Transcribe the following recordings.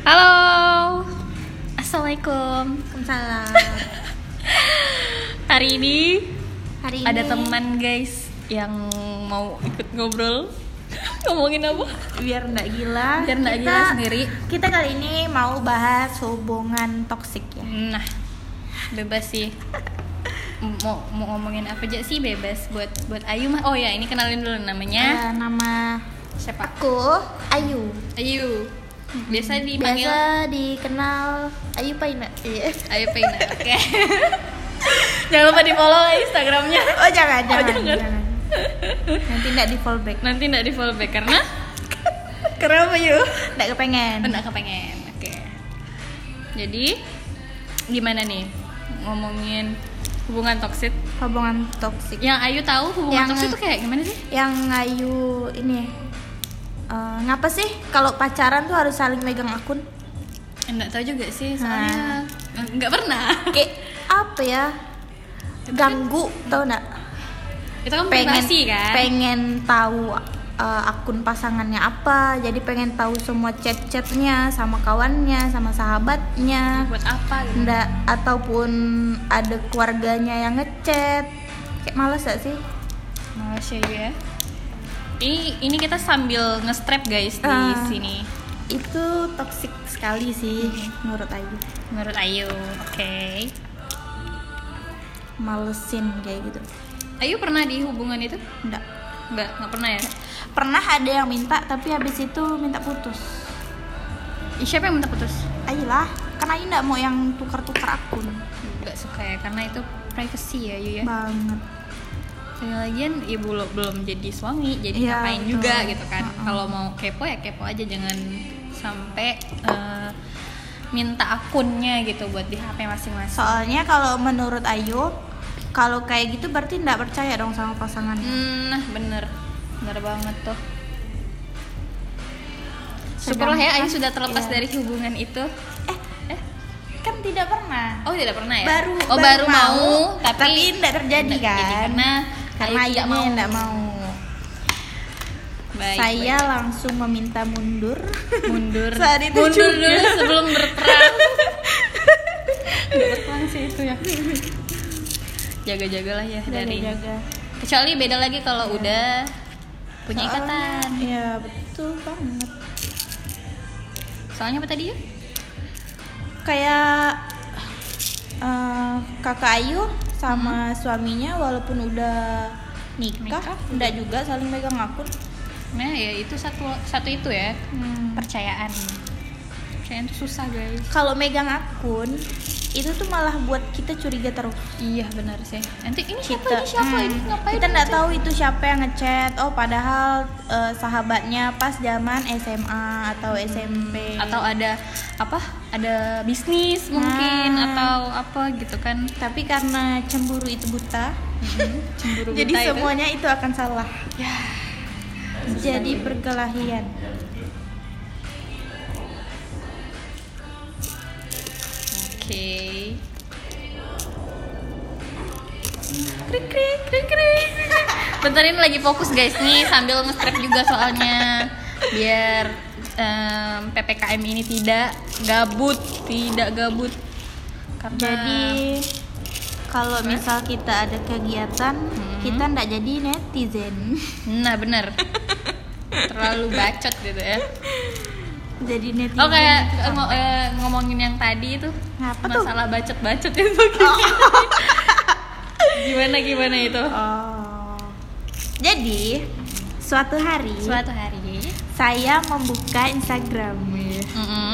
Halo, assalamualaikum. Waalaikumsalam. Hari ini ada ini teman guys yang mau ikut ngobrol. Ngomongin apa? biar nggak gila. Biar nggak gila sendiri. Kita kali ini mau bahas hubungan toksik ya. Nah, bebas sih. Mau ngomongin apa aja sih bebas buat Ayu mah. Oh ya, ini kenalin dulu namanya. Nama Siapa? aku Ayu. Ayu. Biasa dipanggil Biasa dikenal Ayu Paina. Iya. Ayu Paina. Oke. Jangan lupa di-follow Instagramnya. Oh jangan. jangan. Nanti nggak di follow back. Nanti nggak di follow back karena Kenapa yuk? Nggak kepengen. nggak kepengen. Oke. Jadi gimana nih ngomongin hubungan toksik? Hubungan toksik. Yang Ayu tahu hubungan Yang- toksik itu kayak gimana sih? Yang Ayu ini. Ngapa sih kalau pacaran tuh harus saling megang akun? Nggak tahu juga sih soalnya nggak pernah. Kayak apa ya? Ganggu, tau nggak? Itu kan privasi kan? Pengen tahu akun pasangannya apa, jadi pengen tahu semua chat-chatnya sama kawannya, sama sahabatnya. Buat apa? Gitu? Nggak, ataupun ada keluarganya yang ngechat. Kayak males gak sih? Males ya. Ini kita sambil nge-strap guys di sini. Itu toksik sekali sih menurut Ayu. Menurut Ayu, oke. Malesin kayak gitu. Ayu pernah di hubungan itu? Nggak. Nggak pernah ya? Pernah ada yang minta, tapi habis itu minta putus. Siapa yang minta putus? Ayu lah, karena Ayu nggak mau yang tukar-tukar akun. Nggak suka ya, karena itu privacy ya Ayu ya. Banget. Dan lagian ibu belum jadi suami, jadi Iya, ngapain betul. juga gitu kan. Kalau mau kepo ya kepo aja, jangan sampai minta akunnya gitu buat di HP masing-masing. Soalnya kalau menurut Ayu, kalau kayak gitu berarti nggak percaya dong sama pasangannya. Nah bener banget tuh. Syukurlah ya Ayu sudah terlepas Iya. dari hubungan itu. Kan tidak pernah. Oh tidak pernah ya? Baru mau tapi nggak terjadi nggak kan? karena Ayu tidak mau. Nggak mau. Baik, Saya baik. langsung meminta mundur. Saat itu mundur juga. dulu sebelum berperang. Nggak berperang sih itu ya. Jaga-jagalah ya dari. Jaga. Kecuali beda lagi kalau udah punya ikatan. Iya betul banget. Soalnya apa tadi ya? Kayak kakak Ayu sama suaminya walaupun udah nikah, enggak juga saling megang akun. Nah ya itu satu itu ya. Percayaan itu susah guys. Kalau megang akun itu tuh malah buat kita curiga terus. Iya benar sih. Nanti ini siapa ini ngapain? Kita nggak tahu itu siapa yang ngechat. Oh padahal sahabatnya pas zaman SMA atau SMP. Atau ada ada bisnis mungkin atau apa gitu kan. Tapi karena cemburu itu buta, Cemburu jadi buta itu. semuanya itu akan salah. Ya. Jadi perkelahian. Oke. Krik. Bentar ini lagi fokus guys nih sambil nge-strap juga soalnya biar PPKM ini tidak gabut. Karena Jadi kalau misal kita ada kegiatan, kita ndak jadi netizen. nah bener terlalu bacot gitu ya. Jadi netizen. Oh kayak ngomongin yang tadi itu Ngapa tuh? masalah bacot itu gimana itu? Oh. Jadi suatu hari saya membuka Instagram. Mm-mm.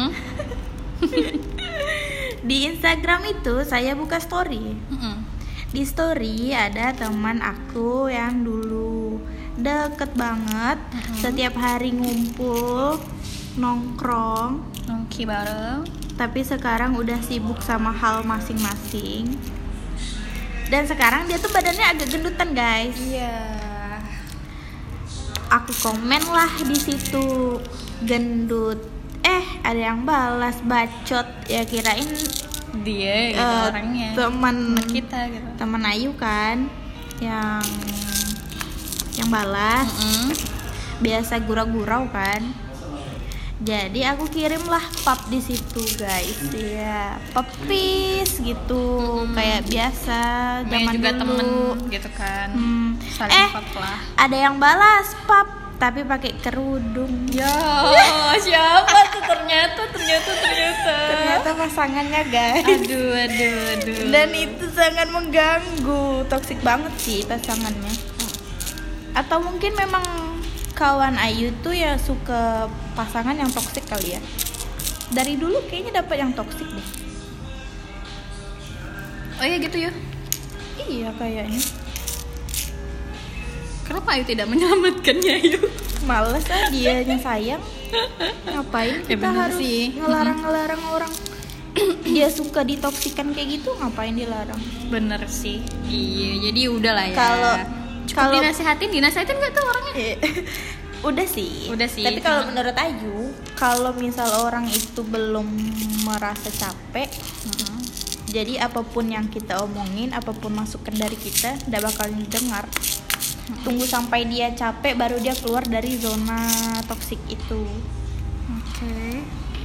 Di Instagram itu saya buka story. Mm-mm. Di story ada teman aku yang dulu deket banget, setiap hari ngumpul nongkrong, Nongki bareng. tapi sekarang udah sibuk sama hal masing-masing. Dan sekarang dia tuh badannya agak gendutan guys. Iya. Aku komen lah di situ gendut. Ada yang balas bacot, ya kirain Dia gitu orangnya. teman Kita gitu. teman Ayu kan yang balas. Biasa gurau-gurau kan. Jadi aku kirimlah pap di situ guys, ya pepis gitu, kayak biasa zaman juga dulu. temen gitu kan, saling pap lah. Ada yang balas pap tapi pakai kerudung. Ya, siapa tuh ternyata. Ternyata pasangannya guys. Aduh. Dan itu sangat mengganggu, toksik banget sih pasangannya. Atau mungkin memang kawan Ayu tuh ya suka pasangan yang toksik kali ya. Dari dulu kayaknya dapat yang toksik deh. Oh iya gitu ya. Iya kayaknya. Kenapa Ayu tidak menyelamatkannya Ayu? Males lah dianya sayang. Ngapain Ya kita bener harus sih. ngelarang orang dia suka ditoksikan kayak gitu, ngapain dilarang? Bener sih. Iya, jadi udahlah ya. Kalau dinasehatin nggak tuh orangnya? Udah sih. Tapi kalau menurut Ayu, kalau misal orang itu belum merasa capek, jadi apapun yang kita omongin, apapun masukan dari kita, tidak bakal didengar. Tunggu sampai dia capek, baru dia keluar dari zona toksik itu. Oke.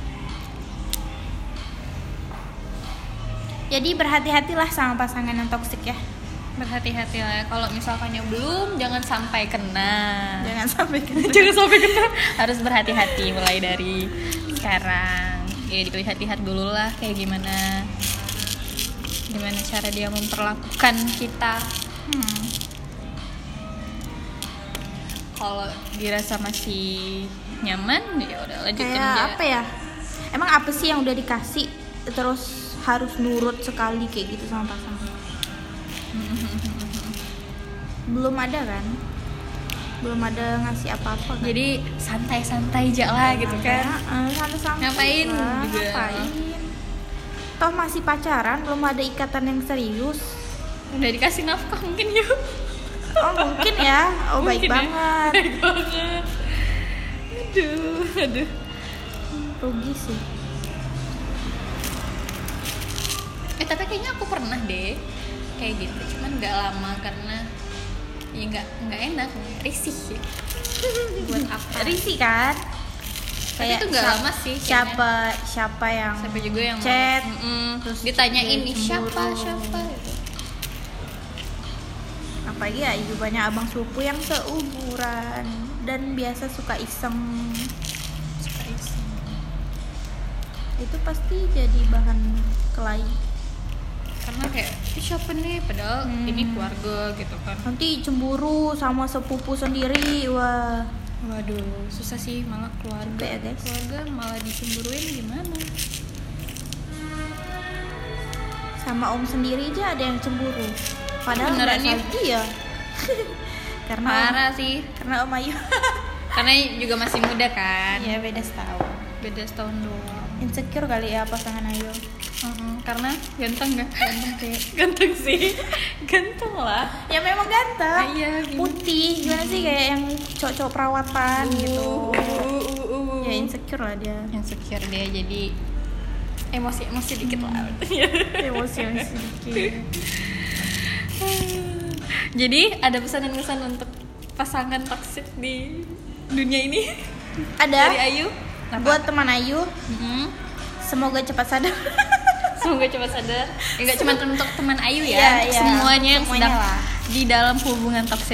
Jadi berhati-hatilah sama pasangan yang toksik ya. Berhati-hati lah. Kalau misalkan yang belum, jangan sampai kena. Jangan sampai kena. Harus berhati-hati mulai dari sekarang. Ya dilihat-lihat dulu lah kayak gimana cara dia memperlakukan kita. Kalau dirasa masih nyaman, ya udah lanjutin kayak aja. apa ya? Emang apa sih yang udah dikasih terus harus nurut sekali kayak gitu sama pasangan? Belum ada kan? Belum ada ngasih apa-apa kan? Jadi santai-santai aja lah gitu kan. Santai-santai Ngapain lah, juga. ngapain? Toh masih pacaran, belum ada ikatan yang serius. Udah dikasih nafkah mungkin yuk. Oh mungkin ya. Oh Mungkin baik ya. banget. Baik banget. Aduh. Rugi sih. Tapi kayaknya aku pernah deh kayak gitu, cuman nggak lama karena ya nggak enak, risih ya. Buat apa? Risih kan? Tapi itu nggak lama sih. Siapa yang juga yang chat, terus ditanyain nih cemburu. siapa gitu. Apalagi ya ibu banyak abang sepupu yang seumuran dan biasa suka iseng. Itu pasti jadi bahan kelahi. Karena kayak siapa nih, padahal ini keluarga gitu kan. Nanti cemburu sama sepupu sendiri, wah. Waduh, susah sih malah keluarga. Ya, guys. Keluarga malah dicemburuin gimana? Sama om sendiri aja ada yang cemburu. Padahal beneran nggak ya? salah dia. Karena Parah sih. Karena om Ayu. Karena juga masih muda kan. Iya beda setahun. Beda setahun doang. Insecure kali ya pasangan Ayu. Karena ganteng gak? Ganteng sih. Ganteng lah. Ya memang ganteng. Iya, putih. Gimana sih kayak yang cowok-cowok perawatan gitu. Ya insecure lah dia. Insecure dia, jadi emosi dikit lah. Emosi dikit. Jadi ada pesan-pesan untuk pasangan toksik di dunia ini? Ada. Dari Ayu? Buat teman Ayu, semoga cepat sadar. Semoga cepat sadar. Ya, gak cuma untuk teman Ayu ya, Iya, semuanya yang sedang lah. di dalam hubungan toksik.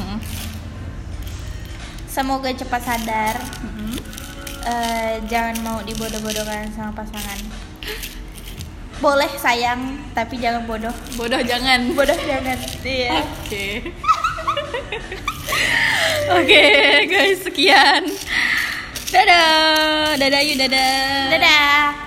Semoga cepat sadar. Jangan mau dibodoh-bodohkan sama pasangan. Boleh sayang, tapi jangan bodoh. Bodoh jangan. Iya. Oke, guys, sekian. Dadah Ayu, dadah. Dadah.